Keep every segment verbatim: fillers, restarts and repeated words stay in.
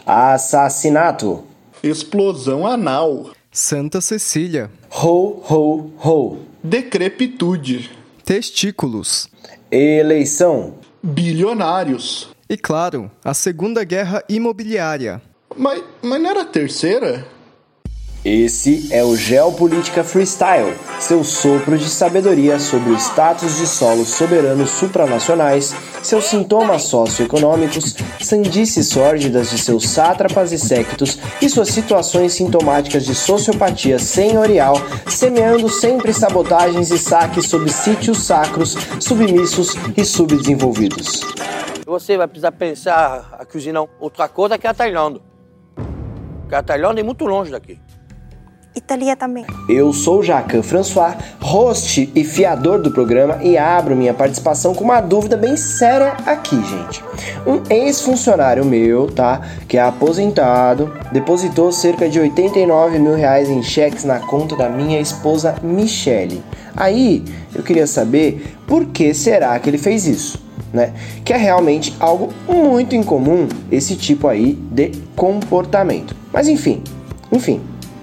Assassinato. Explosão anal. Santa Cecília. Ho, ho, ho. Decrepitude. Testículos. Eleição. Bilionários. E claro, a Segunda Guerra Imobiliária. Mas, mas não era a terceira? Esse é o Geopolítica Freestyle, seu sopro de sabedoria sobre o status de solos soberanos supranacionais, seus sintomas socioeconômicos, sandices sórdidas de seus sátrapas e séquitos e suas situações sintomáticas de sociopatia senhorial, semeando sempre sabotagens e saques sobre sítios sacros, submissos e subdesenvolvidos. Você vai precisar pensar a cozinhar outra coisa que a Tailândia. Porque a Tailândia é muito longe daqui. Itália também. Eu sou Jacan François, host e fiador do programa, e abro minha participação com uma dúvida bem séria aqui, gente. Um ex-funcionário meu, tá, que é aposentado, depositou cerca de oitenta e nove mil reais em cheques na conta da minha esposa Michele. Aí, eu queria saber por que será que ele fez isso, né? Que é realmente algo muito incomum, esse tipo aí de comportamento. Mas enfim, enfim.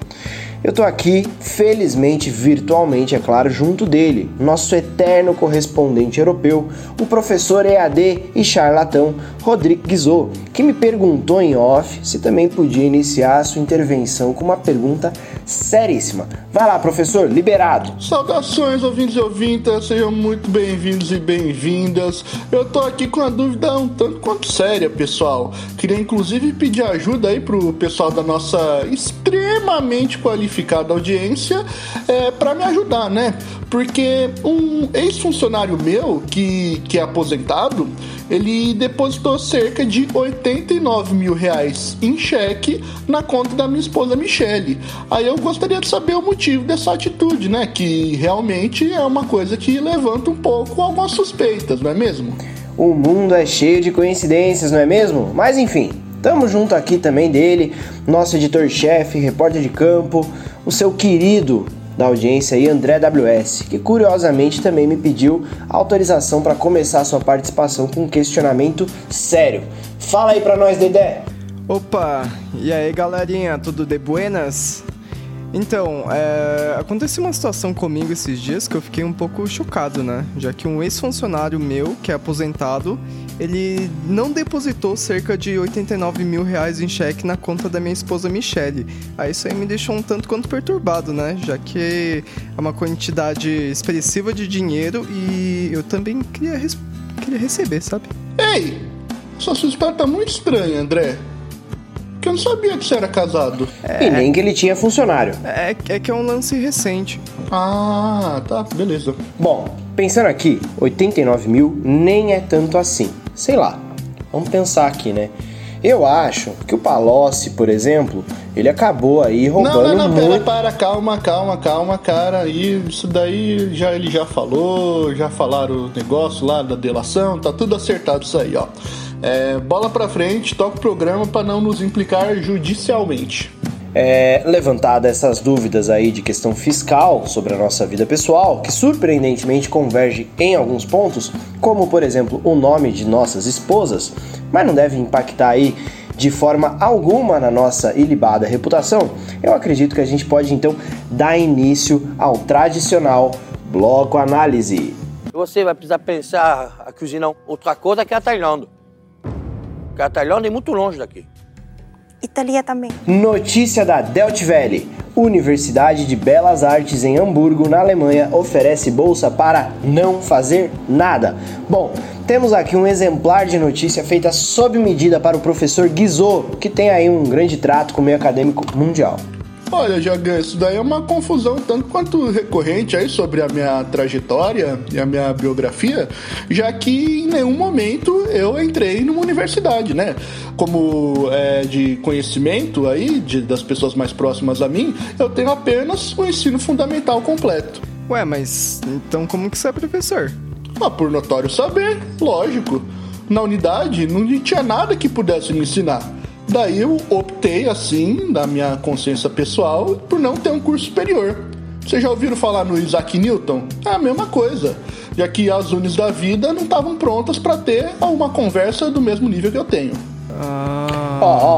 Eu tô aqui, felizmente, virtualmente, é claro, junto dele, nosso eterno correspondente europeu, o professor E A D e charlatão Rodrigo Guizot, que me perguntou em off se também podia iniciar a sua intervenção com uma pergunta seríssima. Vai lá, professor, liberado. Saudações, ouvintes e ouvintas, sejam muito bem-vindos e bem-vindas. Eu tô aqui com uma dúvida um tanto quanto séria, pessoal. Queria inclusive pedir ajuda aí pro pessoal da nossa extremamente qualificada audiência é, para me ajudar, né? Porque um ex-funcionário meu que, que é aposentado, ele depositou cerca de oitenta e nove mil reais em cheque na conta da minha esposa Michele. Aí eu gostaria de saber o motivo dessa atitude, né? Que realmente é uma coisa que levanta um pouco algumas suspeitas, não é mesmo? O mundo é cheio de coincidências, não é mesmo? Mas enfim, tamo junto aqui também dele, nosso editor-chefe, repórter de campo, o seu querido da audiência aí, André W S, que curiosamente também me pediu autorização para começar sua participação com um questionamento sério. Fala aí pra nós, Dedé! Opa, e aí galerinha, tudo de buenas? Então, é, aconteceu uma situação comigo esses dias que eu fiquei um pouco chocado, né? Já que um ex-funcionário meu, que é aposentado, ele não depositou cerca de oitenta e nove mil reais em cheque na conta da minha esposa Michele. Aí isso aí me deixou um tanto quanto perturbado, né? Já que é uma quantidade expressiva de dinheiro e eu também queria, res- queria receber, sabe? Ei, sua suspeita tá muito estranha, André. Que eu não sabia que você era casado. É... E nem que ele tinha funcionário. É, é que é um lance recente. Ah, tá, beleza. Bom, pensando aqui, oitenta e nove mil nem é tanto assim. Sei lá, vamos pensar aqui, né? Eu acho que o Palocci, por exemplo, ele acabou aí roubando muito... Não, não, não, muito... pera, para, calma, calma, calma, cara. E isso daí já, ele já falou, já falaram o negócio lá da delação, tá tudo acertado isso aí, ó. É, bola pra frente, toca o programa pra não nos implicar judicialmente. É, levantada essas dúvidas aí de questão fiscal sobre a nossa vida pessoal, que surpreendentemente converge em alguns pontos, como por exemplo o nome de nossas esposas, mas não deve impactar aí de forma alguma na nossa ilibada reputação, eu acredito que a gente pode então dar início ao tradicional bloco análise. Você vai precisar pensar a cozinhar outra coisa que a Tailândia. Porque a Tailândia é muito longe daqui. Itália também. Notícia da Deutsche Welle. Universidade de Belas Artes em Hamburgo, na Alemanha, oferece bolsa para não fazer nada. Bom, temos aqui um exemplar de notícia feita sob medida para o professor Guizot, que tem aí um grande trato com o meio acadêmico mundial. Olha, Jagan, isso daí é uma confusão tanto quanto recorrente aí sobre a minha trajetória e a minha biografia, já que em nenhum momento eu entrei numa universidade, né? Como é, de conhecimento aí de, das pessoas mais próximas a mim, eu tenho apenas o ensino fundamental completo. Ué, mas então como que você é professor? Ah, por notório saber, lógico. Na unidade não tinha nada que pudesse me ensinar. Daí eu optei, assim, da minha consciência pessoal, por não ter um curso superior. Vocês já ouviram falar no Isaac Newton? É a mesma coisa, já que as unis da vida não estavam prontas para ter uma conversa do mesmo nível que eu tenho. Ah... Ó, ó,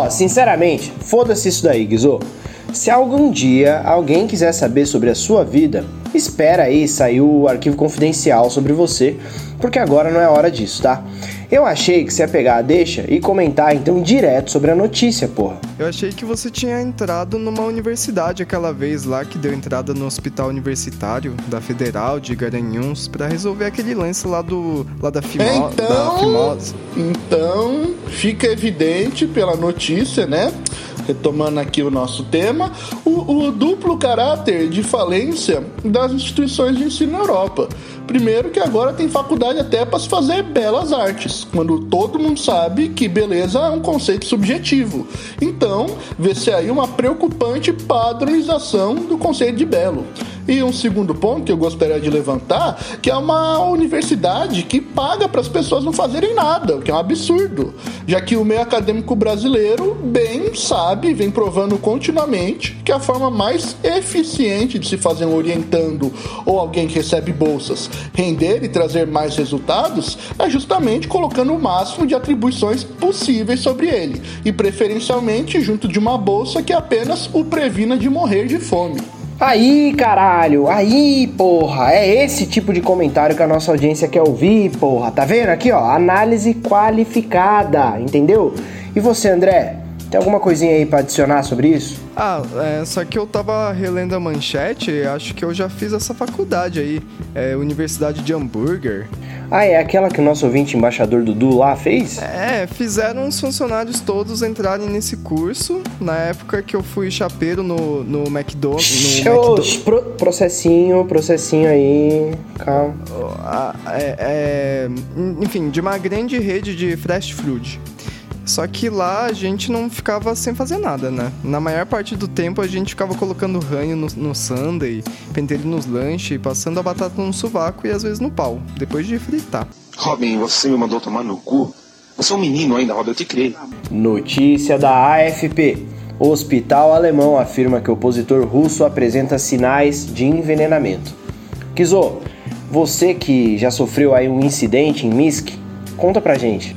Ó, sinceramente, foda-se isso daí, Guizô. Se algum dia alguém quiser saber sobre a sua vida, espera aí sair o arquivo confidencial sobre você, porque agora não é hora disso, tá? Eu achei que você ia pegar a deixa e comentar então direto sobre a notícia, porra. Eu achei que você tinha entrado numa universidade aquela vez lá, que deu entrada no hospital universitário da Federal de Garanhuns pra resolver aquele lance lá do lá da, fimo, então, da fimose. Então, fica evidente pela notícia, né? Retomando aqui o nosso tema, o, o duplo caráter de falência das instituições de ensino na Europa. Primeiro que agora tem faculdade até para se fazer belas artes, quando todo mundo sabe que beleza é um conceito subjetivo. Então, vê-se aí uma preocupante padronização do conceito de belo. E um segundo ponto que eu gostaria de levantar, que é uma universidade que paga para as pessoas não fazerem nada, o que é um absurdo, já que o meio acadêmico brasileiro bem sabe, vem provando continuamente, que a forma mais eficiente de se fazer um orientando ou alguém que recebe bolsas render e trazer mais resultados é justamente colocando o máximo de atribuições possíveis sobre ele, e preferencialmente junto de uma bolsa que apenas o previna de morrer de fome. Aí, caralho, aí, porra, é esse tipo de comentário que a nossa audiência quer ouvir, porra, tá vendo aqui, ó, análise qualificada, entendeu? E você, André, tem alguma coisinha aí pra adicionar sobre isso? Ah, é, só que eu tava relendo a manchete e acho que eu já fiz essa faculdade aí, é Universidade de Hambúrguer. Ah, é aquela que o nosso ouvinte embaixador Dudu lá fez? É, fizeram os funcionários todos entrarem nesse curso, na época que eu fui chapeiro no, no McDonald's. No Oxi, pro, processinho, processinho aí, calma. Ah, é, é, enfim, de uma grande rede de fast food. Só que lá a gente não ficava sem fazer nada, né? Na maior parte do tempo a gente ficava colocando ranho no, no sundae, pentelho nos lanches, passando a batata no sovaco e às vezes no pau, depois de fritar. Robin, você me mandou tomar no cu? Você é um menino ainda, Robin, eu te criei. Notícia da A F P. O hospital alemão afirma que o opositor russo apresenta sinais de envenenamento. Kizô, você que já sofreu aí um incidente em Minsk, conta pra gente.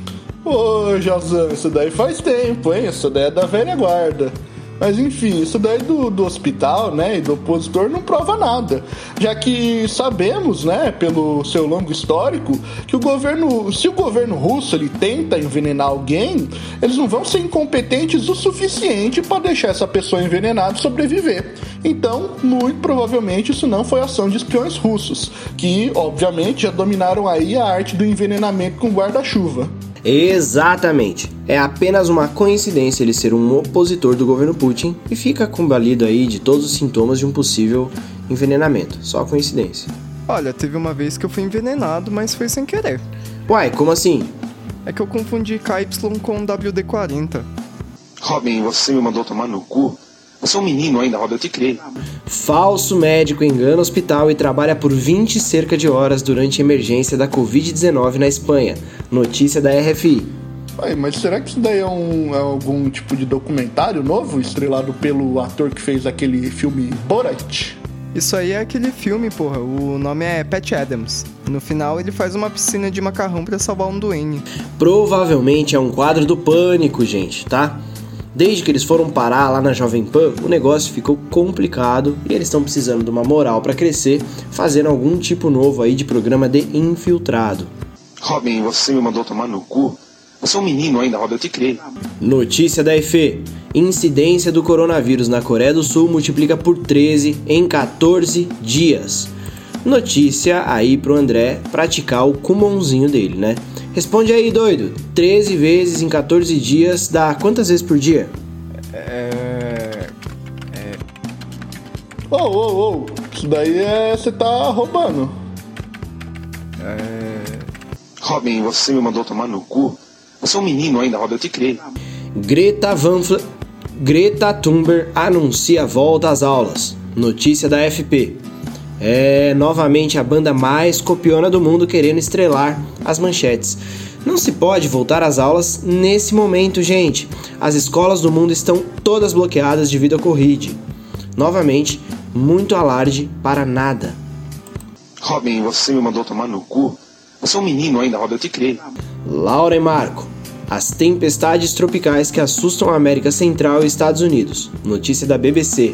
Ô, Jazan, isso daí faz tempo, hein? Isso daí é da velha guarda. Mas enfim, isso daí do, do hospital, né, e do opositor não prova nada, já que sabemos, né, pelo seu longo histórico, que o governo, se o governo russo ele tenta envenenar alguém, eles não vão ser incompetentes o suficiente para deixar essa pessoa envenenada sobreviver. Então, muito provavelmente isso não foi ação de espiões russos, que obviamente já dominaram aí a arte do envenenamento com guarda-chuva. Exatamente. É apenas uma coincidência ele ser um opositor do governo Putin e fica combalido aí de todos os sintomas de um possível envenenamento. Só coincidência. Olha, teve uma vez que eu fui envenenado, mas foi sem querer. Uai, como assim? É que eu confundi K Y com W D quarenta. Robin, você me mandou tomar no cu? Você é um menino ainda, Robin, eu te criei. Falso médico engana hospital e trabalha por vinte cerca de horas durante a emergência da covid dezenove na Espanha. Notícia da R F I. Ai, mas será que isso daí é, um, é algum tipo de documentário novo, estrelado pelo ator que fez aquele filme Borat? Isso aí é aquele filme, porra. O nome é Patch Adams. No final, ele faz uma piscina de macarrão pra salvar um duende. Provavelmente é um quadro do Pânico, gente, tá? Desde que eles foram parar lá na Jovem Pan, o negócio ficou complicado e eles estão precisando de uma moral pra crescer, fazendo algum tipo novo aí de programa de infiltrado. Robin, você me mandou tomar no cu? Você é um menino ainda, Robin, eu te criei. Notícia da E F E. Incidência do coronavírus na Coreia do Sul multiplica por treze em quatorze dias. Notícia aí pro André praticar o Kumonzinho dele, né? Responde aí, doido. treze vezes em quatorze dias dá quantas vezes por dia? É... Ô, ô, ô, isso daí é... você tá roubando. É... Robin, você me mandou tomar no cu? Você é um menino ainda, Robin, eu te criei. Greta Van Fl... Greta Thunberg anuncia volta às aulas. Notícia da F P. É novamente a banda mais copiona do mundo querendo estrelar as manchetes. Não se pode voltar às aulas nesse momento, gente. As escolas do mundo estão todas bloqueadas devido à Covid. Novamente, muito alarde para nada. Robin, você me mandou tomar no cu? Você é um menino ainda, Robin, eu te criei. Laura e Marco. As tempestades tropicais que assustam a América Central e Estados Unidos. Notícia da B B C.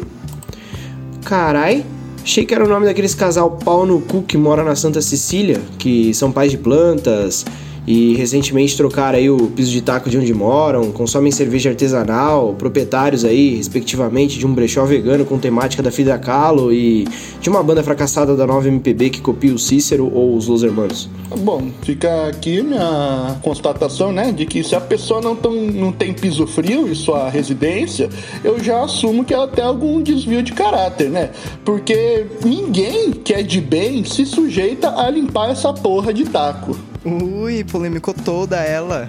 Carai, achei que era o nome daqueles casal pau no cu que mora na Santa Cecília, que são pais de plantas e recentemente trocaram aí o piso de taco de onde moram, consomem cerveja artesanal, proprietários aí, respectivamente, de um brechó vegano com temática da Frida Kahlo e de uma banda fracassada da nova M P B que copia o Cícero ou os Los Hermanos. Bom, fica aqui minha constatação, né, de que se a pessoa não, tão, não tem piso frio em sua residência, eu já assumo que ela tem algum desvio de caráter, né? Porque ninguém que é de bem se sujeita a limpar essa porra de taco. Ui, polêmico toda ela.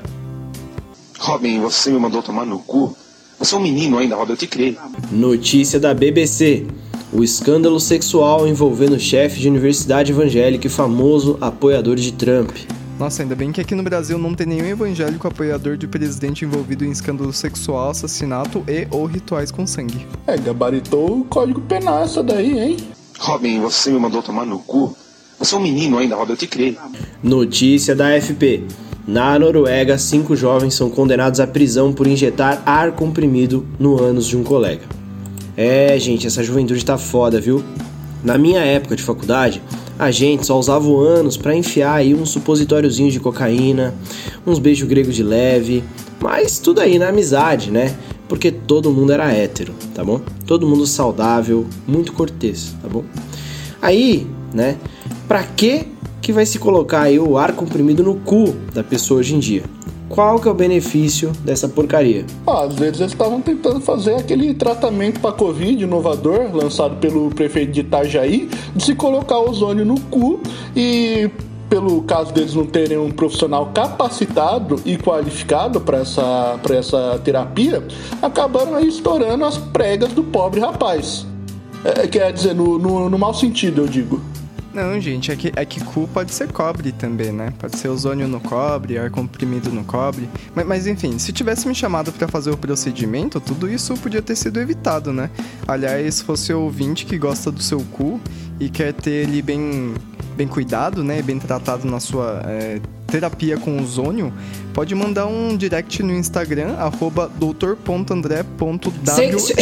Robin, você me mandou tomar no cu? Você é um menino ainda, Robin, eu te criei. Notícia da B B C. O escândalo sexual envolvendo chefe de universidade evangélica e famoso apoiador de Trump. Nossa, ainda bem que aqui no Brasil não tem nenhum evangélico apoiador de presidente envolvido em escândalo sexual, assassinato e ou rituais com sangue. É, gabaritou o código penal essa daí, hein? Robin, você me mandou tomar no cu? Você é um menino ainda, Robin, eu te criei. Notícia da F P. Na Noruega, cinco jovens são condenados à prisão por injetar ar comprimido no ânus de um colega. É, gente, essa juventude tá foda, viu? Na minha época de faculdade, a gente só usava o ânus pra enfiar aí uns supositóriozinhos de cocaína, uns beijos gregos de leve, mas tudo aí na amizade, né? Porque todo mundo era hétero, tá bom? Todo mundo saudável, muito cortês, tá bom? Aí, né, pra que que vai se colocar aí o ar comprimido no cu da pessoa hoje em dia? Qual que é o benefício dessa porcaria? Ah, às vezes eles estavam tentando fazer aquele tratamento para Covid inovador, lançado pelo prefeito de Itajaí, de se colocar ozônio no cu e, pelo caso deles não terem um profissional capacitado e qualificado para essa, para essa terapia, acabaram aí estourando as pregas do pobre rapaz. É, quer dizer, no, no, no mau sentido, eu digo. Não, gente, é que, é que cu pode ser cobre também, né? Pode ser ozônio no cobre, ar comprimido no cobre. Mas, mas enfim, se tivesse me chamado pra fazer o procedimento, tudo isso podia ter sido evitado, né? Aliás, se fosse o ouvinte que gosta do seu cu e quer ter ele bem, bem cuidado, né? Bem tratado na sua é, terapia com ozônio, pode mandar um direct no Instagram, arroba doutor ponto andré ponto w s.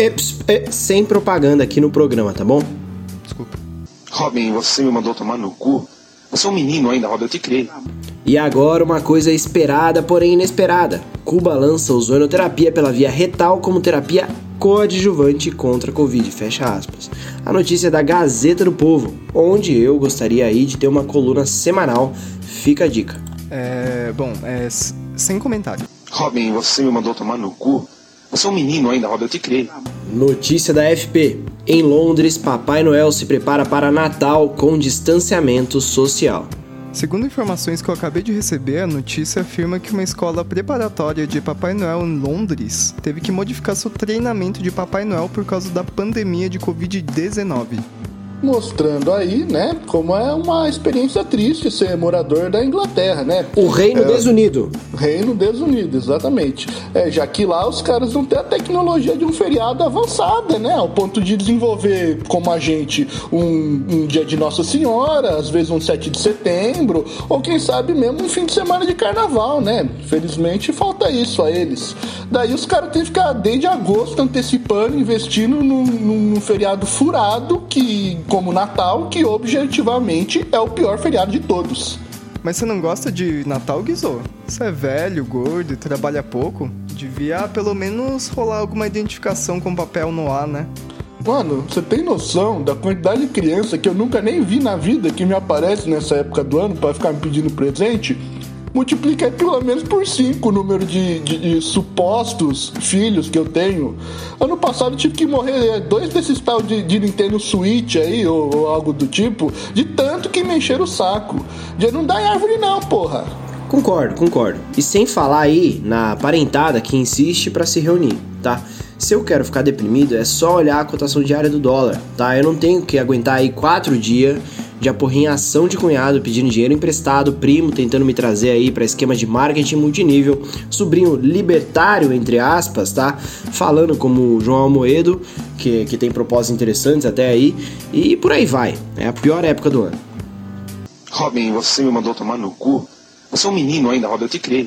Sem, sem propaganda aqui no programa, tá bom? Desculpa. Robin, você me mandou tomar no cu? Você é um menino ainda, Robin, eu te criei. E agora uma coisa esperada, porém inesperada. Cuba lança ozonioterapia pela via retal como terapia coadjuvante contra a Covid, fecha aspas. A notícia é da Gazeta do Povo, onde eu gostaria aí de ter uma coluna semanal. Fica a dica. É, bom, é, sem comentário. Robin, você me mandou tomar no cu? Você é um menino ainda, Robin, eu te criei. Notícia da F P. Em Londres, Papai Noel se prepara para Natal com distanciamento social. Segundo informações que eu acabei de receber, a notícia afirma que uma escola preparatória de Papai Noel em Londres teve que modificar seu treinamento de Papai Noel por causa da pandemia de covid dezenove. Mostrando aí, né, como é uma experiência triste ser morador da Inglaterra, né? O Reino é, Desunido. Reino Desunido, exatamente. É, já que lá os caras não têm a tecnologia de um feriado avançada, né? Ao ponto de desenvolver, como a gente, um, um dia de Nossa Senhora, às vezes um sete de setembro, ou quem sabe mesmo um fim de semana de carnaval, né? Felizmente falta isso a eles. Daí os caras têm que ficar desde agosto antecipando, investindo num, num feriado furado que... como Natal, que objetivamente é o pior feriado de todos. Mas você não gosta de Natal, Guizô? Você é velho, gordo e trabalha pouco? Devia pelo menos rolar alguma identificação com papel no ar, né? Mano, você tem noção da quantidade de criança que eu nunca nem vi na vida que me aparece nessa época do ano pra ficar me pedindo presente? Multiplica pelo menos por cinco o número de, de, de supostos filhos que eu tenho. Ano passado eu tive que morrer dois desses tal de, de Nintendo Switch aí, ou, ou algo do tipo, de tanto que me encheram o saco. Já não dá em árvore não, porra. Concordo, concordo. E sem falar aí na parentada que insiste pra se reunir, tá? Se eu quero ficar deprimido, é só olhar a cotação diária do dólar, tá? Eu não tenho que aguentar aí quatro dias de aporrinhação de cunhado pedindo dinheiro emprestado, primo tentando me trazer aí para esquema de marketing multinível, sobrinho libertário, entre aspas, tá? Falando como João Almoedo, que, que tem propósitos interessantes até aí, e por aí vai. É a pior época do ano. Robin, você me mandou tomar no cu? Você é um menino ainda, Robin, eu te criei.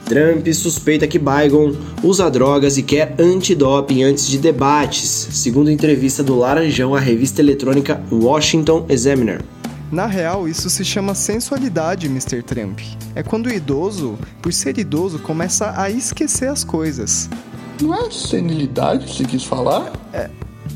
Trump suspeita que Biden usa drogas e quer antidoping antes de debates, segundo entrevista do Laranjão à revista eletrônica Washington Examiner. Na real, isso se chama sensualidade, mister Trump. É quando o idoso, por ser idoso, começa a esquecer as coisas. Não é senilidade que você quis falar? É,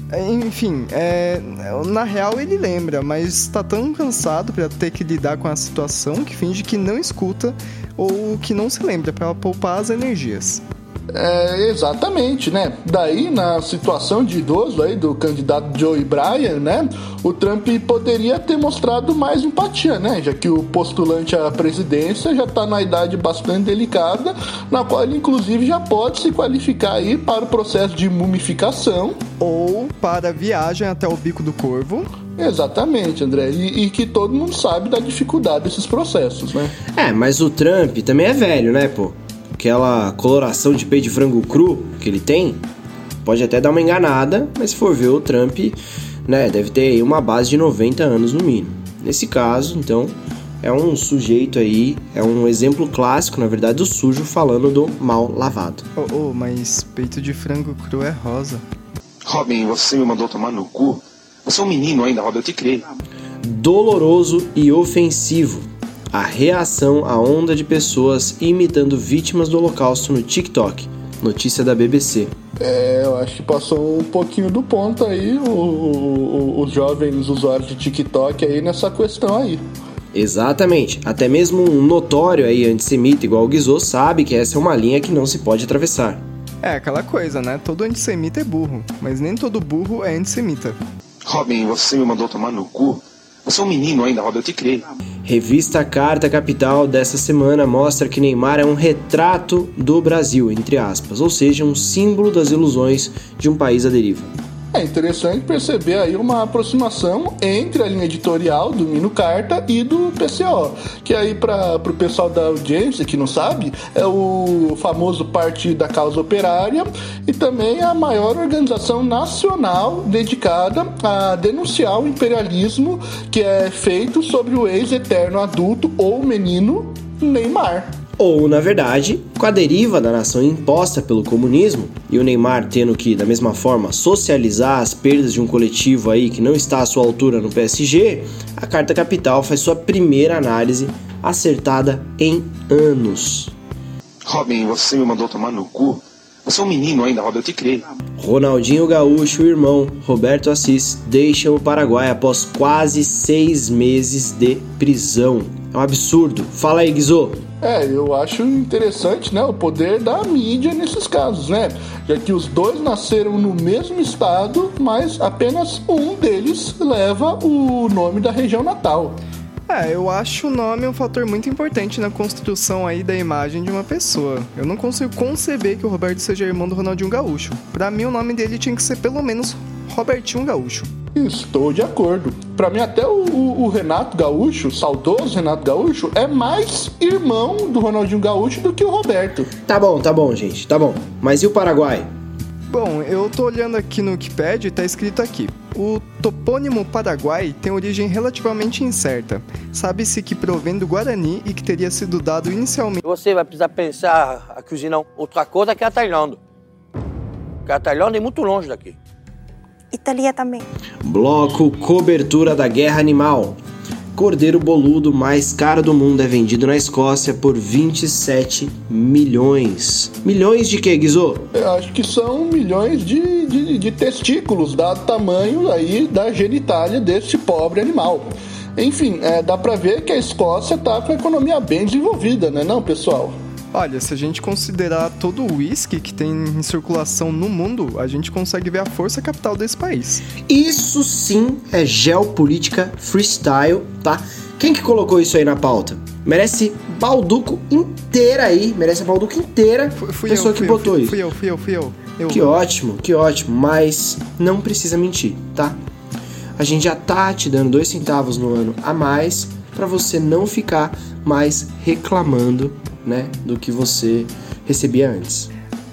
enfim, é, na real ele lembra, mas tá tão cansado pra ter que lidar com a situação que finge que não escuta ou que não se lembra pra poupar as energias. É, exatamente, né? Daí, na situação de idoso aí do candidato Joe Biden, né? O Trump poderia ter mostrado mais empatia, né? Já que o postulante à presidência já está na idade bastante delicada, na qual ele, inclusive, já pode se qualificar aí para o processo de mumificação. Ou para a viagem até o Bico do Corvo. Exatamente, André. E, e que todo mundo sabe da dificuldade desses processos, né? É, mas o Trump também é velho, né, pô? Aquela coloração de peito de frango cru que ele tem, pode até dar uma enganada, mas se for ver o Trump, né, deve ter aí uma base de noventa anos no mínimo. Nesse caso, então, é um sujeito aí, é um exemplo clássico, na verdade, do sujo falando do mal lavado. Oh, oh, mas peito de frango cru é rosa. Robin, você me mandou tomar no cu? Você é um menino ainda, Robin, eu te criei. Doloroso e ofensivo. A reação à onda de pessoas imitando vítimas do Holocausto no TikTok. Notícia da B B C. É, eu acho que passou um pouquinho do ponto aí o, o, os jovens usuários de TikTok aí nessa questão aí. Exatamente. Até mesmo um notório aí antissemita igual o Guizô sabe que essa é uma linha que não se pode atravessar. É aquela coisa, né? Todo antissemita é burro, mas nem todo burro é antissemita. Robin, você me mandou tomar no cu? Você é um menino ainda, Robin, eu te criei. Revista Carta Capital dessa semana mostra que Neymar é um retrato do Brasil, entre aspas, ou seja, um símbolo das ilusões de um país à deriva. É interessante perceber aí uma aproximação entre a linha editorial do Mino Carta e do P C O, que aí para o pessoal da audiência que não sabe, é o famoso Partido da Causa Operária e também a maior organização nacional dedicada a denunciar o imperialismo que é feito sobre o ex-eterno adulto ou menino Neymar. Ou, na verdade, com a deriva da nação imposta pelo comunismo e o Neymar tendo que, da mesma forma, socializar as perdas de um coletivo aí que não está à sua altura no P S G, a Carta Capital faz sua primeira análise acertada em anos. Robin, você me mandou tomar no cu? Você é um menino ainda, Robin, eu te criei. Ronaldinho Gaúcho e o irmão Roberto Assis deixam o Paraguai após quase seis meses de prisão. É um absurdo. Fala aí, Guizô. É, eu acho interessante, né, o poder da mídia nesses casos, né? Já que os dois nasceram no mesmo estado, mas apenas um deles leva o nome da região natal. É, eu acho o nome um fator muito importante na construção aí da imagem de uma pessoa. Eu não consigo conceber que o Roberto seja irmão do Ronaldinho Gaúcho. Pra mim, o nome dele tinha que ser pelo menos Robertinho Gaúcho. Estou de acordo. Pra mim, até o, o, o Renato Gaúcho, o saudoso Renato Gaúcho, é mais irmão do Ronaldinho Gaúcho do que o Roberto. Tá bom, tá bom, gente, tá bom. Mas e o Paraguai? Bom, eu tô olhando aqui no Wikipedia e tá escrito aqui: o topônimo Paraguai tem origem relativamente incerta. Sabe-se que provém do Guarani e que teria sido dado inicialmente... Você vai precisar pensar a cozinhar outra coisa que a Tailândia. Porque a Tailândia é muito longe daqui. Itália também. Bloco Cobertura da Guerra Animal. Cordeiro boludo mais caro do mundo é vendido na Escócia por vinte e sete milhões. Milhões de quê, Guizô? Eu acho que são milhões de, de, de testículos, dado o tamanho aí da genitália desse pobre animal. Enfim, é, dá pra ver que a Escócia tá com a economia bem desenvolvida, né não, pessoal? Olha, se a gente considerar todo o whisky que tem em circulação no mundo, a gente consegue ver a força capital desse país. Isso sim é geopolítica freestyle, tá? Quem que colocou isso aí na pauta? Merece balduco inteira aí, merece a balduco inteira Fui, fui pessoa eu, que fui botou eu, isso. Fui eu, fui eu, fui eu. eu. Que ótimo, que ótimo, mas não precisa mentir, tá? A gente já tá te dando dois centavos no ano a mais pra você não ficar mais reclamando, né, do que você recebia antes.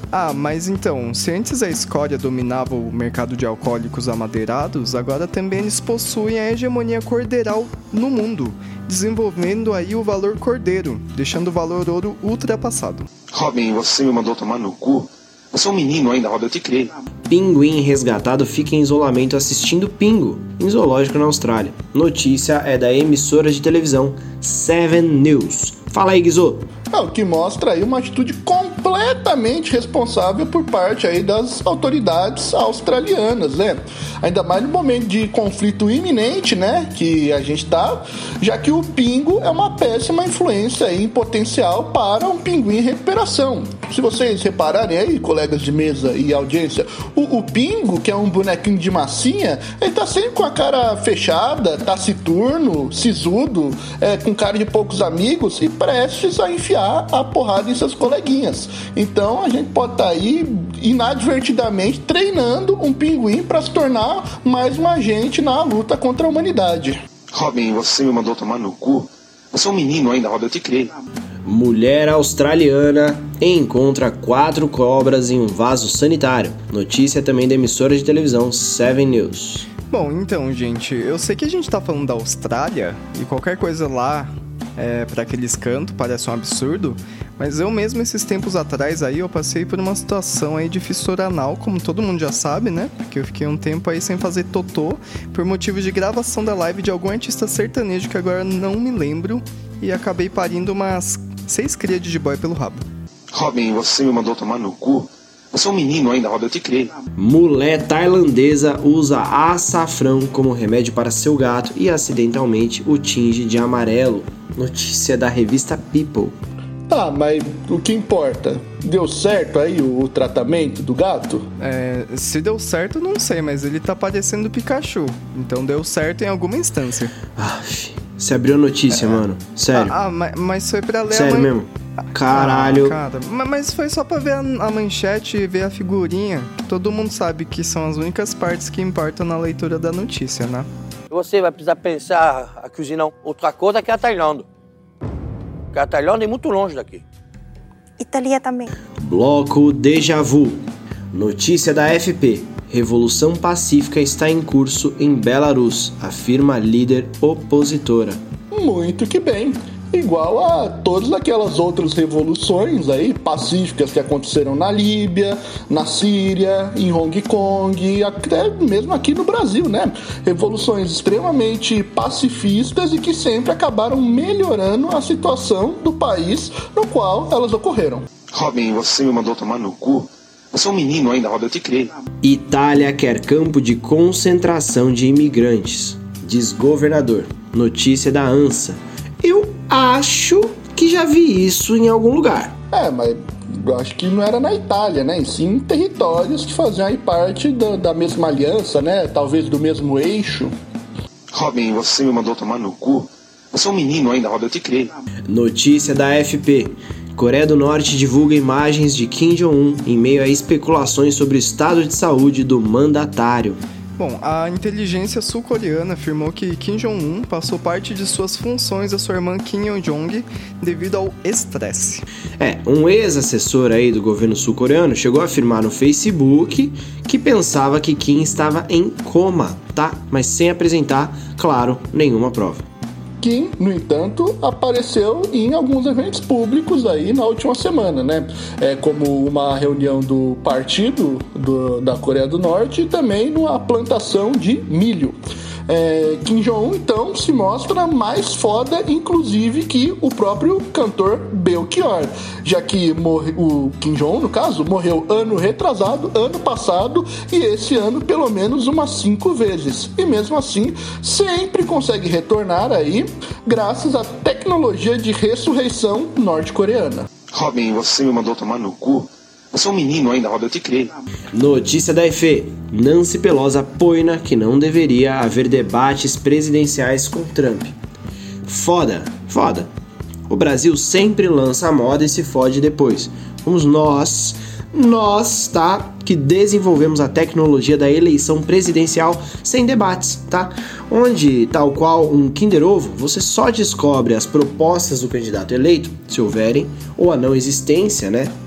Ah, mas então, se antes a escória dominava o mercado de alcoólicos amadeirados, agora também eles possuem a hegemonia cordeiral no mundo, desenvolvendo aí o valor cordeiro, deixando o valor ouro ultrapassado. Robin, você me mandou tomar no cu? Você é um menino ainda, Robin, eu te criei. Pinguim resgatado fica em isolamento assistindo Pingo, em zoológico na Austrália. Notícia é da emissora de televisão Seven News. Fala aí, Guizô. É, o que mostra aí uma atitude completamente responsável por parte aí das autoridades australianas, né? Ainda mais no momento de conflito iminente, né, que a gente tá, já que o pingo é uma péssima influência aí em potencial para um pinguim em recuperação. Se vocês repararem aí, colegas de mesa e audiência, o, o pingo, que é um bonequinho de massinha, ele tá sempre com a cara fechada, taciturno, sisudo, é, com cara de poucos amigos e prestes a enfiar a porrada em seus coleguinhas. Então a gente pode estar tá aí inadvertidamente treinando um pinguim para se tornar mais um agente na luta contra a humanidade. Robin, você me mandou tomar no cu? Você é um menino ainda, Robin, eu te criei. Mulher australiana encontra quatro cobras em um vaso sanitário. Notícia também da emissora de televisão Seven News. Bom, então, gente, eu sei que a gente tá falando da Austrália e qualquer coisa lá é, para aqueles cantos parece um absurdo, mas eu mesmo esses tempos atrás aí eu passei por uma situação aí de fissura anal, como todo mundo já sabe, né? Porque eu fiquei um tempo aí sem fazer totô por motivo de gravação da live de algum artista sertanejo que agora não me lembro e acabei parindo umas seis crias de jiboia pelo rabo. Robin, você me mandou tomar no cu? Você é um menino ainda, Robin, eu te criei. Mulher tailandesa usa açafrão como remédio para seu gato e acidentalmente o tinge de amarelo. Notícia da revista People. Tá, mas o que importa? Deu certo aí o, o tratamento do gato? É, se deu certo, não sei, mas ele tá parecendo Pikachu. Então deu certo em alguma instância. Aff, você abriu a notícia, é. mano. Sério. Ah, ah mas, mas foi pra ler Sério a man... mesmo? Caralho. Ah, cara, mas foi só pra ver a, a manchete e ver a figurinha. Todo mundo sabe que são as únicas partes que importam na leitura da notícia, né? Você vai precisar pensar a cozinhar outra coisa que a Tailândia. Porque a Tailândia é muito longe daqui. Itália também. Bloco Déjà Vu. Notícia da F P. Revolução pacífica está em curso em Belarus, afirma líder opositora. Muito que bem. Igual a todas aquelas outras revoluções aí pacíficas que aconteceram na Líbia, na Síria, em Hong Kong, até mesmo aqui no Brasil, né? Revoluções extremamente pacifistas e que sempre acabaram melhorando a situação do país no qual elas ocorreram. Robin, você me mandou tomar no cu? Você é um menino ainda, Robin, eu te criei. Itália quer campo de concentração de imigrantes, diz governador. Notícia da ANSA. Eu acho que já vi isso em algum lugar. É, mas eu acho que não era na Itália, né? Em sim territórios que faziam aí parte da, da mesma aliança, né? Talvez do mesmo eixo. Robin, você me mandou tomar no cu? Você é um menino ainda, Robin, eu te criei. Notícia da F P. Coreia do Norte divulga imagens de Kim Jong-un em meio a especulações sobre o estado de saúde do mandatário. Bom, a inteligência sul-coreana afirmou que Kim Jong-un passou parte de suas funções à sua irmã Kim Yo-jong devido ao estresse. É, um ex-assessor aí do governo sul-coreano chegou a afirmar no Facebook que pensava que Kim estava em coma, tá? Mas sem apresentar, claro, nenhuma prova. Kim, no entanto, apareceu em alguns eventos públicos aí na última semana, né? É, como uma reunião do partido do, da Coreia do Norte e também numa plantação de milho. É, Kim Jong-un, então, se mostra mais foda, inclusive, que o próprio cantor Belchior, já que morre, o Kim Jong-un, no caso, morreu ano retrasado, ano passado e esse ano pelo menos umas cinco vezes. E mesmo assim, sempre consegue retornar aí, graças à tecnologia de ressurreição norte-coreana. Robin, você me mandou tomar no cu? Você é um menino ainda, Robin, eu te criei. Notícia da F E. Nancy Pelosi apoia que não deveria haver debates presidenciais com Trump. Foda, foda. O Brasil sempre lança a moda e se fode depois. Fomos nós, nós, tá? Que desenvolvemos a tecnologia da eleição presidencial sem debates, tá? Onde, tal qual um Kinder Ovo, você só descobre as propostas do candidato eleito, se houverem, ou a não existência, né?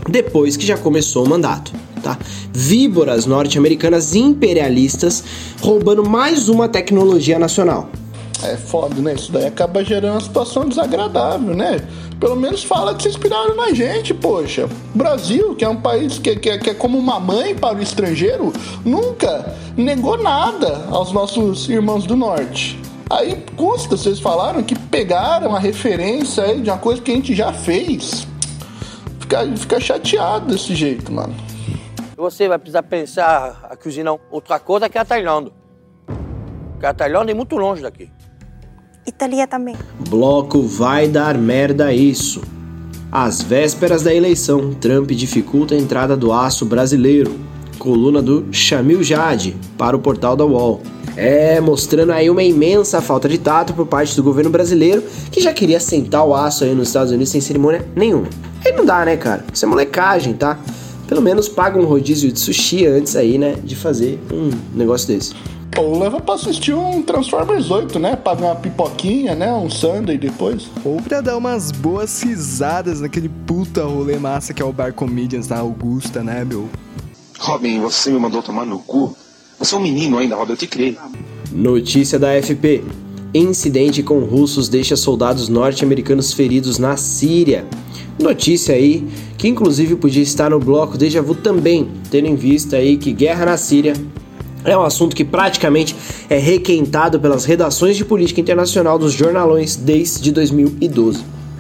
depois que já começou o mandato, tá? Víboras norte-americanas imperialistas roubando mais uma tecnologia nacional. É foda, né? Isso daí acaba gerando uma situação desagradável, né? Pelo menos fala que se inspiraram na gente, poxa. O Brasil, que é um país que, que, que é como uma mãe para o estrangeiro, nunca negou nada aos nossos irmãos do Norte. Aí custa, vocês falaram que pegaram a referência aí de uma coisa que a gente já fez. Fica, fica chateado desse jeito, mano. Você vai precisar pensar a cozinhar outra coisa que a Tailândia. Porque a Tailândia é muito longe daqui. Itália também. Bloco vai dar merda isso. Às vésperas da eleição, Trump dificulta a entrada do aço brasileiro. Coluna do Shamil Jade para o portal da U O L. É, mostrando aí uma imensa falta de tato por parte do governo brasileiro, que já queria sentar o aço aí nos Estados Unidos sem cerimônia nenhuma. Aí não dá, né, cara? Isso é molecagem, tá? Pelo menos paga um rodízio de sushi antes aí, né, de fazer um negócio desse. Ou leva pra assistir um Transformers oito, né? Paga uma pipoquinha, né? Um sundae depois. Ou pra dar umas boas risadas naquele puta rolê massa que é o Bar Comedians na Augusta, né, meu? Robin, você me mandou tomar no cu? Você é um menino ainda, Robin, eu te criei. Notícia da A F P. Incidente com russos deixa soldados norte-americanos feridos na Síria. Notícia aí que inclusive podia estar no bloco Déjà Vu também, tendo em vista aí que guerra na Síria é um assunto que praticamente é requentado pelas redações de política internacional dos jornalões desde dois mil e doze.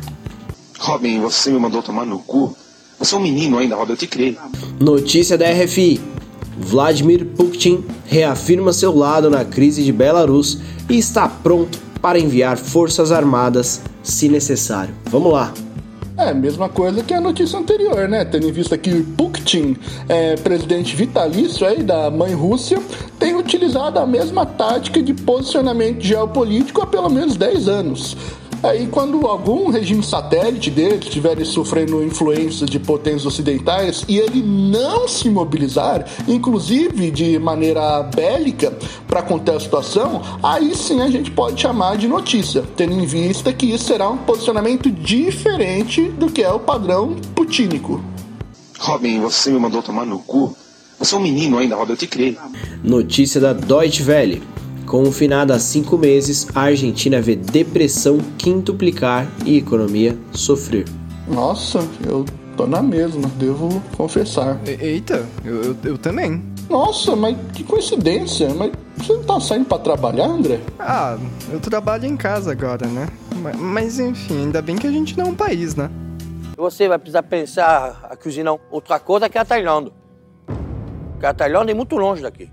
Robin, você me mandou tomar no cu? Você é um menino ainda, Robin, eu te criei. Notícia da R F I. Vladimir Putin reafirma seu lado na crise de Belarus e está pronto para enviar forças armadas se necessário. Vamos lá. É, mesma coisa que a notícia anterior, né? Tendo em vista que Putin, é, presidente vitalício aí da mãe Rússia, tem utilizado a mesma tática de posicionamento geopolítico há pelo menos dez anos. Aí quando algum regime satélite dele estiver sofrendo influência de potências ocidentais e ele não se mobilizar, inclusive de maneira bélica, para conter a situação, aí sim a gente pode chamar de notícia, tendo em vista que isso será um posicionamento diferente do que é o padrão putínico. Robin, você me mandou tomar no cu? Você é um menino ainda, Robin, eu te criei. Notícia da Deutsche Welle. Confinada há cinco meses, a Argentina vê depressão quintuplicar e economia sofrer. Nossa, eu tô na mesma, devo confessar. E- Eita, eu, eu, eu também. Nossa, mas que coincidência, mas você não tá saindo pra trabalhar, André? Ah, eu trabalho em casa agora, né? Mas, mas enfim, ainda bem que a gente não é um país, né? Você vai precisar pensar a cozinhar outra coisa que a Tailândia. Porque a Tailândia é muito longe daqui.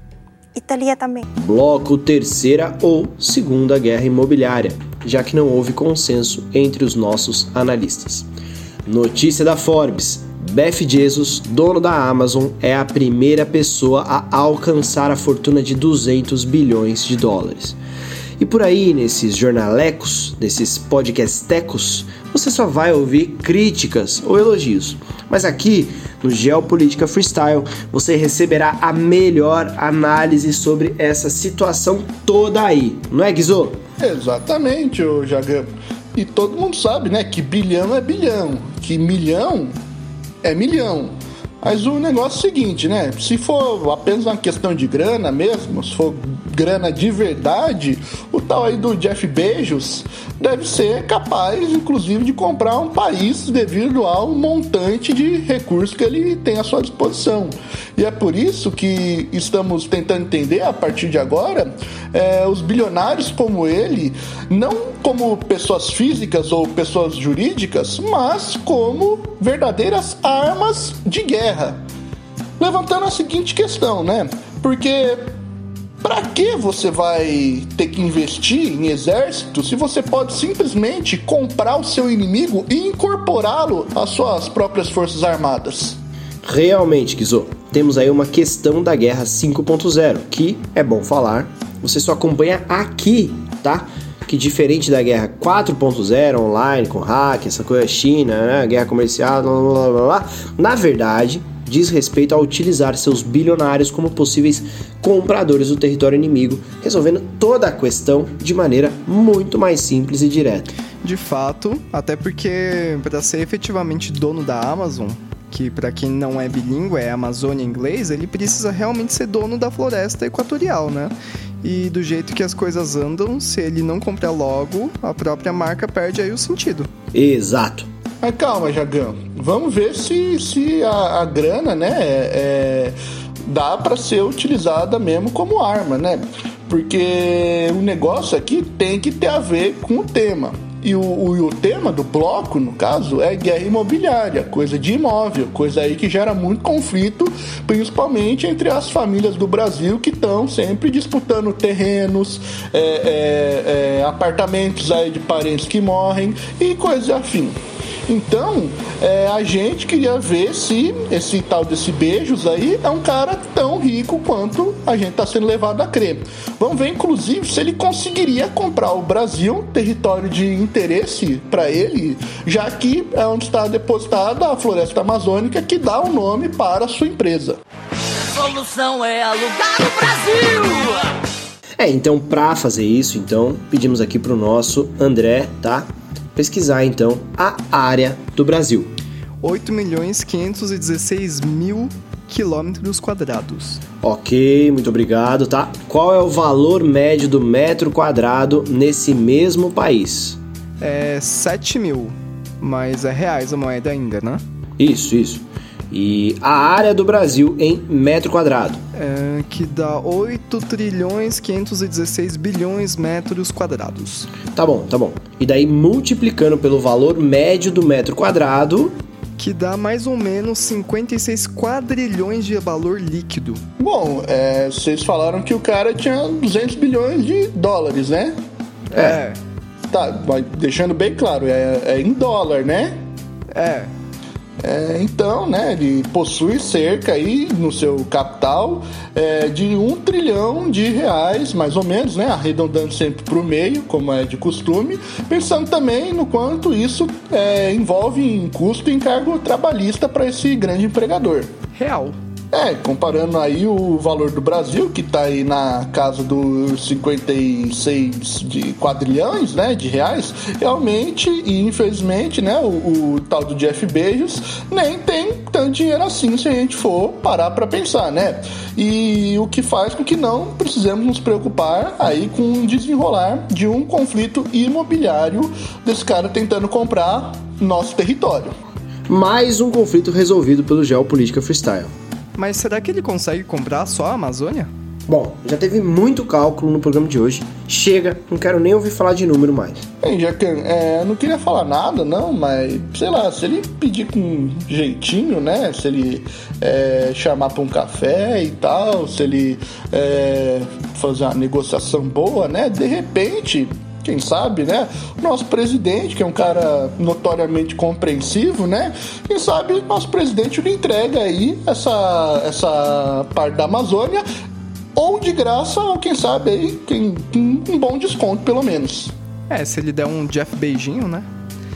Itália também. Bloco Terceira ou Segunda Guerra Imobiliária, já que não houve consenso entre os nossos analistas. Notícia da Forbes. Jeff Bezos, dono da Amazon, é a primeira pessoa a alcançar a fortuna de duzentos bilhões de dólares. E por aí, nesses jornalecos, nesses podcastecos, você só vai ouvir críticas ou elogios. Mas aqui, no Geopolítica Freestyle, você receberá a melhor análise sobre essa situação toda aí. Não é, Guizô? Exatamente, ô Jagão. E todo mundo sabe, né, que bilhão é bilhão, que milhão é milhão. Mas o negócio é o seguinte, né? Se for apenas uma questão de grana mesmo, se for grana de verdade, o tal aí do Jeff Bezos deve ser capaz, inclusive, de comprar um país devido ao montante de recursos que ele tem à sua disposição. E é por isso que estamos tentando entender, a partir de agora, é, os bilionários como ele, não como pessoas físicas ou pessoas jurídicas, mas como verdadeiras armas de guerra. Levantando a seguinte questão, né? Porque para que você vai ter que investir em exército se você pode simplesmente comprar o seu inimigo e incorporá-lo às suas próprias forças armadas? Realmente, Guizô, temos aí uma questão da Guerra cinco ponto zero, que, é bom falar, você só acompanha aqui, tá? Que diferente da Guerra quatro ponto zero, online, com hack, essa coisa China, né? Guerra comercial, blá, blá, blá, blá, na verdade, diz respeito a utilizar seus bilionários como possíveis compradores do território inimigo, resolvendo toda a questão de maneira muito mais simples e direta. De fato, até porque para ser efetivamente dono da Amazon, que para quem não é bilíngue, é Amazônia em inglês, ele precisa realmente ser dono da floresta equatorial, né? E do jeito que as coisas andam, se ele não comprar logo, a própria marca perde aí o sentido. Exato. Mas calma, Jagão. Vamos ver se, se a, a grana, né, é, dá para ser utilizada mesmo como arma, né? Porque o negócio aqui tem que ter a ver com o tema. E o, o, o tema do bloco, no caso, é guerra imobiliária, coisa de imóvel, coisa aí que gera muito conflito, principalmente entre as famílias do Brasil que estão sempre disputando terrenos, é, é, é, apartamentos aí de parentes que morrem e coisa afim. Então, é, a gente queria ver se esse tal desse Beijos aí é um cara tão rico quanto a gente está sendo levado a crer. Vamos ver, inclusive, se ele conseguiria comprar o Brasil, território de interesse para ele, já que é onde está depositada a floresta amazônica que dá o nome para a sua empresa. A solução é alugar o Brasil! É, então, para fazer isso, então, pedimos aqui pro nosso André, tá? Pesquisar, então, a área do Brasil. oito milhões quinhentos e dezesseis mil quilômetros quadrados. Ok, muito obrigado, tá? Qual é o valor médio do metro quadrado nesse mesmo país? É sete mil, mas é reais a moeda ainda, né? Isso, isso. E a área do Brasil em metro quadrado? É, que dá oito trilhões quinhentos e dezesseis bilhões metros quadrados. Tá bom, tá bom. E daí multiplicando pelo valor médio do metro quadrado... Que dá mais ou menos cinquenta e seis quadrilhões de valor líquido. Bom, é, vocês falaram que o cara tinha duzentos bilhões de dólares, né? É. Tá, mas deixando bem claro, é, é em dólar, né? É. É, então, né, ele possui cerca aí no seu capital é, de um trilhão de reais, mais ou menos, né, arredondando sempre para o meio, como é de costume, pensando também no quanto isso é, envolve em custo e encargo trabalhista para esse grande empregador. Real. É, comparando aí o valor do Brasil, que está aí na casa dos cinquenta e seis de quadrilhões, né, de reais, realmente e infelizmente, né, o, o tal do Jeff Bezos nem tem tanto dinheiro assim se a gente for parar para pensar, né? E o que faz com que não precisemos nos preocupar aí com o desenrolar de um conflito imobiliário desse cara tentando comprar nosso território. Mais um conflito resolvido pelo Geopolítica Freestyle. Mas será que ele consegue comprar só a Amazônia? Bom, já teve muito cálculo no programa de hoje. Chega, não quero nem ouvir falar de número mais. Bem, Jacan, é, eu não queria falar nada, não, mas, sei lá, se ele pedir com jeitinho, né? Se ele é, chamar pra um café e tal, se ele é, fazer uma negociação boa, né? De repente... Quem sabe, né? O nosso presidente, que é um cara notoriamente compreensivo, né? Quem sabe nosso presidente lhe entrega aí essa, essa parte da Amazônia, ou de graça, ou quem sabe aí, tem um bom desconto, pelo menos. É, se ele der um Jeff beijinho, né?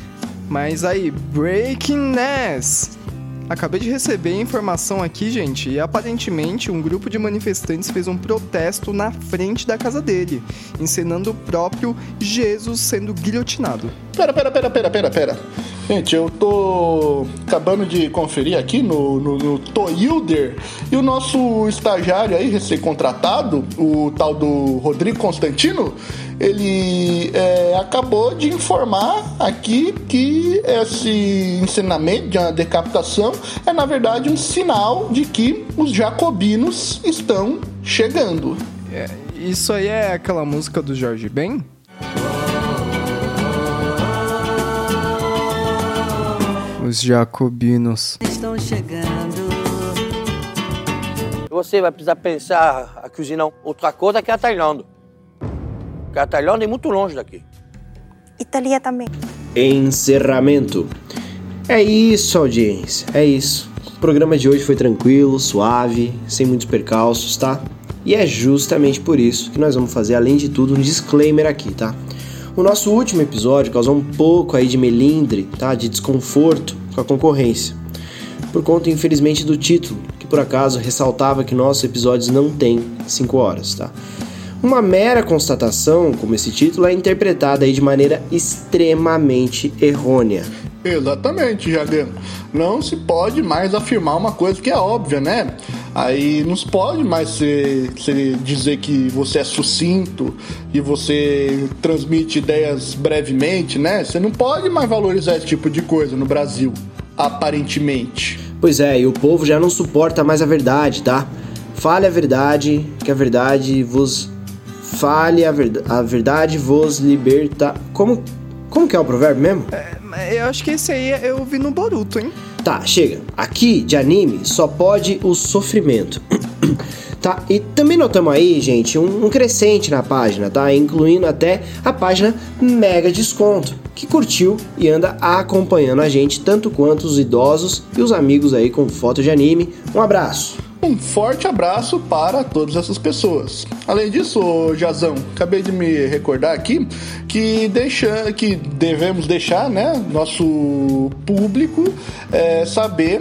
Mas aí, breaking news! Acabei de receber a informação aqui, gente, e aparentemente um grupo de manifestantes fez um protesto na frente da casa dele, encenando o próprio Jesus sendo guilhotinado. Pera, pera, pera, pera, pera, pera. Gente, eu tô acabando de conferir aqui no, no, no Toyilder e o nosso estagiário aí, recém-contratado, o tal do Rodrigo Constantino, ele é, acabou de informar aqui que esse ensinamento de uma decapitação é, na verdade, um sinal de que os jacobinos estão chegando. É, isso aí é aquela música do Jorge Ben? Os jacobinos estão chegando. Você vai precisar pensar a cozinhar outra coisa que a Tailândia. Porque a Tailândia é muito longe daqui. Itália também. Encerramento. É isso, audiência, é isso. O programa de hoje foi tranquilo, suave, sem muitos percalços, tá? E é justamente por isso que nós vamos fazer, além de tudo, um disclaimer aqui, tá? O nosso último episódio causou um pouco aí de melindre, tá? De desconforto com a concorrência. Por conta, infelizmente, do título, que por acaso ressaltava que nossos episódios não têm cinco horas, tá? Uma mera constatação, como esse título, é interpretada aí de maneira extremamente errônea. Exatamente, Jagan. Não se pode mais afirmar uma coisa que é óbvia, né? Aí não se pode mais ser, ser dizer que você é sucinto e você transmite ideias brevemente, né? Você não pode mais valorizar esse tipo de coisa no Brasil, aparentemente. Pois é, e o povo já não suporta mais a verdade, tá? Fale a verdade, que a verdade vos... Fale a, ver... a verdade vos liberta... Como... Como que é o provérbio mesmo? É, eu acho que esse aí eu vi no Boruto, hein? Tá, chega. Aqui, de anime, só pode o sofrimento. Tá? E também notamos aí, gente, um, um crescente na página, tá? Incluindo até a página Mega Desconto, que curtiu e anda acompanhando a gente, tanto quanto os idosos e os amigos aí com foto de anime. Um abraço! Um forte abraço para todas essas pessoas. Além disso, Jazão, acabei de me recordar aqui que, deixa, que devemos deixar, né, nosso público é, saber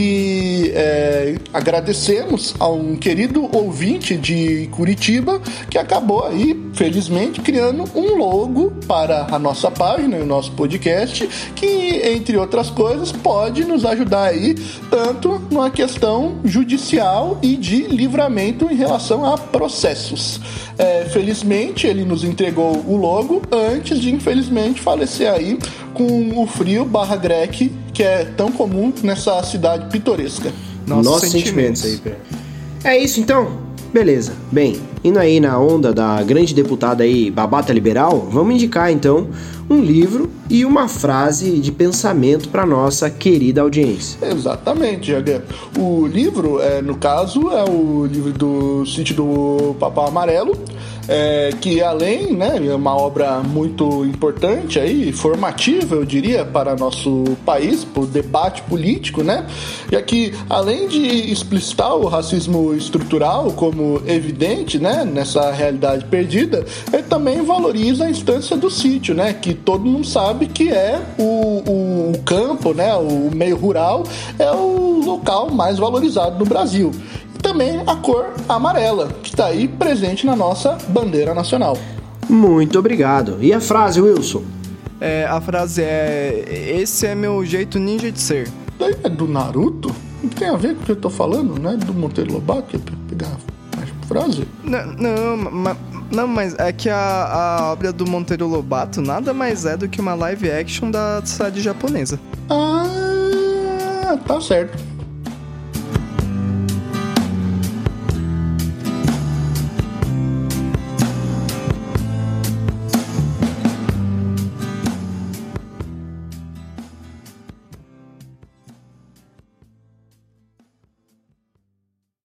que é, agradecemos a um querido ouvinte de Curitiba que acabou aí, felizmente, criando um logo para a nossa página e o nosso podcast, que, entre outras coisas, pode nos ajudar aí tanto numa questão judicial e de livramento em relação a processos. É, felizmente ele nos entregou o logo antes de, infelizmente, falecer aí com o frio barra greque que é tão comum nessa cidade pitoresca. Nossos, Nossos sentimentos. sentimentos aí, É isso então? Beleza. Bem, indo aí na onda da grande deputada aí, Babata Liberal, vamos indicar então um livro e uma frase de pensamento para nossa querida audiência. Exatamente, Jagan. O livro, é, no caso, é o livro do Sítio do Papão Amarelo, é, que além, né, é uma obra muito importante aí, formativa, eu diria, para nosso país, para o debate político, né? Já que além de explicitar o racismo estrutural como evidente, né, nessa realidade perdida, ele também valoriza a instância do sítio, né, que todo mundo sabe que é o, o, o campo, né, o meio rural, é o local mais valorizado no Brasil. E também a cor amarela, que está aí presente na nossa bandeira nacional. Muito obrigado. E a frase, Wilson? É, a frase é: esse é meu jeito ninja de ser. Daí é do Naruto? Não tem a ver com o que eu tô falando, né? Do Monteiro Lobato, que é pra pegar a frase? Não, não, mas, não, mas é que a, a obra do Monteiro Lobato nada mais é do que uma live action da cidade japonesa. Ah, tá certo.